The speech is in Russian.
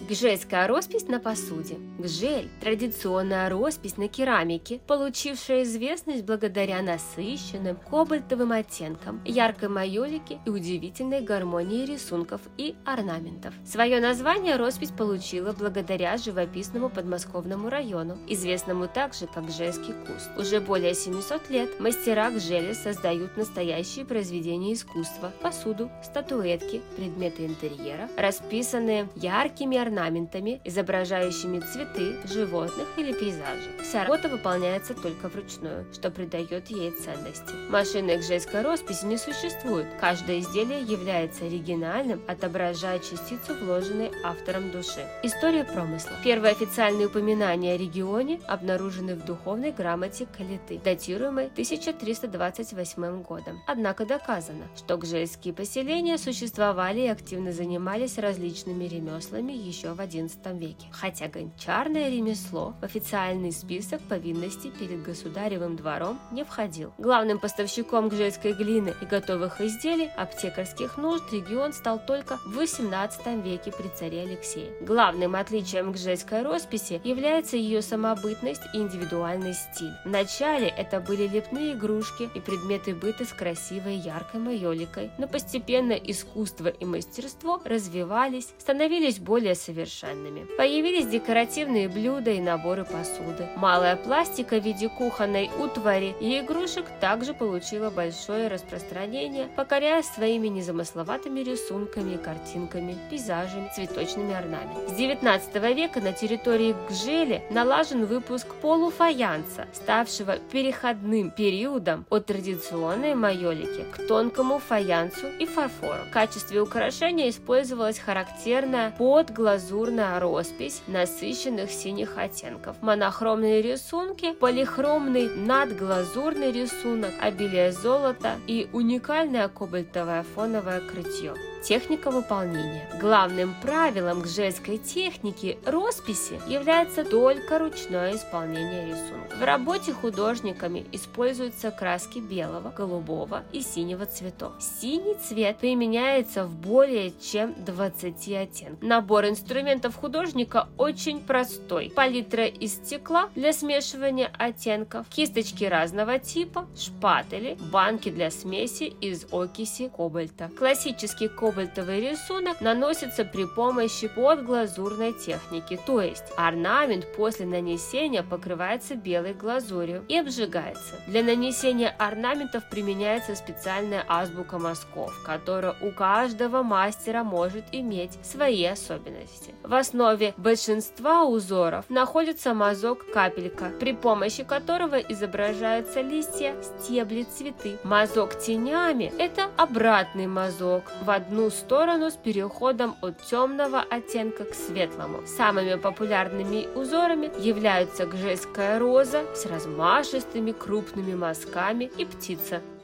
Гжельская роспись на посуде. Гжель – традиционная роспись на керамике, получившая известность благодаря насыщенным кобальтовым оттенкам, яркой майолике и удивительной гармонии рисунков и орнаментов. Свое название роспись получила благодаря живописному подмосковному району, известному также как Гжельский куст. Уже более 700 лет мастера Гжели создают настоящие произведения искусства, посуду, статуэтки, предметы интерьера, расписанные яркими орнаментами, изображающими цветы, животных или пейзажи. Вся работа выполняется только вручную, что придает ей ценности. Машины гжельской росписи не существует. Каждое изделие является оригинальным, отображая частицу, вложенной автором души. История промысла. Первые официальные упоминания о регионе обнаружены в духовной грамоте Калиты, датируемой 1328 годом. Однако доказано, что гжельские поселения существовали и активно занимались различными ремеслами еще в XI веке, хотя гончарное ремесло в официальный список повинностей перед государевым двором не входил. Главным поставщиком гжельской глины и готовых изделий аптекарских нужд регион стал только в XVIII веке при царе Алексее. Главным отличием гжельской росписи является ее самобытность и индивидуальный стиль. Вначале это были лепные игрушки и предметы быта с красивой яркой майоликой, но постепенно искусство и мастерство развивались, становились более совершенными. Появились декоративные блюда и наборы посуды. Малая пластика в виде кухонной утвари и игрушек также получила большое распространение, покоряя своими незамысловатыми рисунками и картинками, пейзажами, цветочными орнаментами. С XIX века на территории Гжели налажен выпуск полуфаянса, ставшего переходным периодом от традиционной майолики к тонкому фаянсу и фарфору. В качестве украшения использовалась характерная подглазурная роспись насыщенных синих оттенков, монохромные рисунки, полихромный надглазурный рисунок, обилие золота и уникальное кобальтовое фоновое крытье. Техника выполнения. Главным правилом гжельской техники росписи является только ручное исполнение рисунка. В работе художниками используются краски белого, голубого и синего цветов. Синий цвет применяется в более чем 20 оттенках. Набор инструментов художника очень простой. Палитра из стекла для смешивания оттенков, кисточки разного типа, шпатели, банки для смеси из окиси кобальта. Классический кобальтовый рисунок наносится при помощи подглазурной техники, то есть орнамент после нанесения покрывается белой глазурью и обжигается. Для нанесения орнаментов применяется специальная азбука мазков, которая у каждого мастера может иметь свои особенности. В основе большинства узоров находится мазок-капелька, при помощи которого изображаются листья, стебли, цветы. Мазок тенями – это обратный мазок в одну сторону с переходом от темного оттенка к светлому. Самыми популярными узорами являются гжельская роза с размашистыми крупными мазками и птица.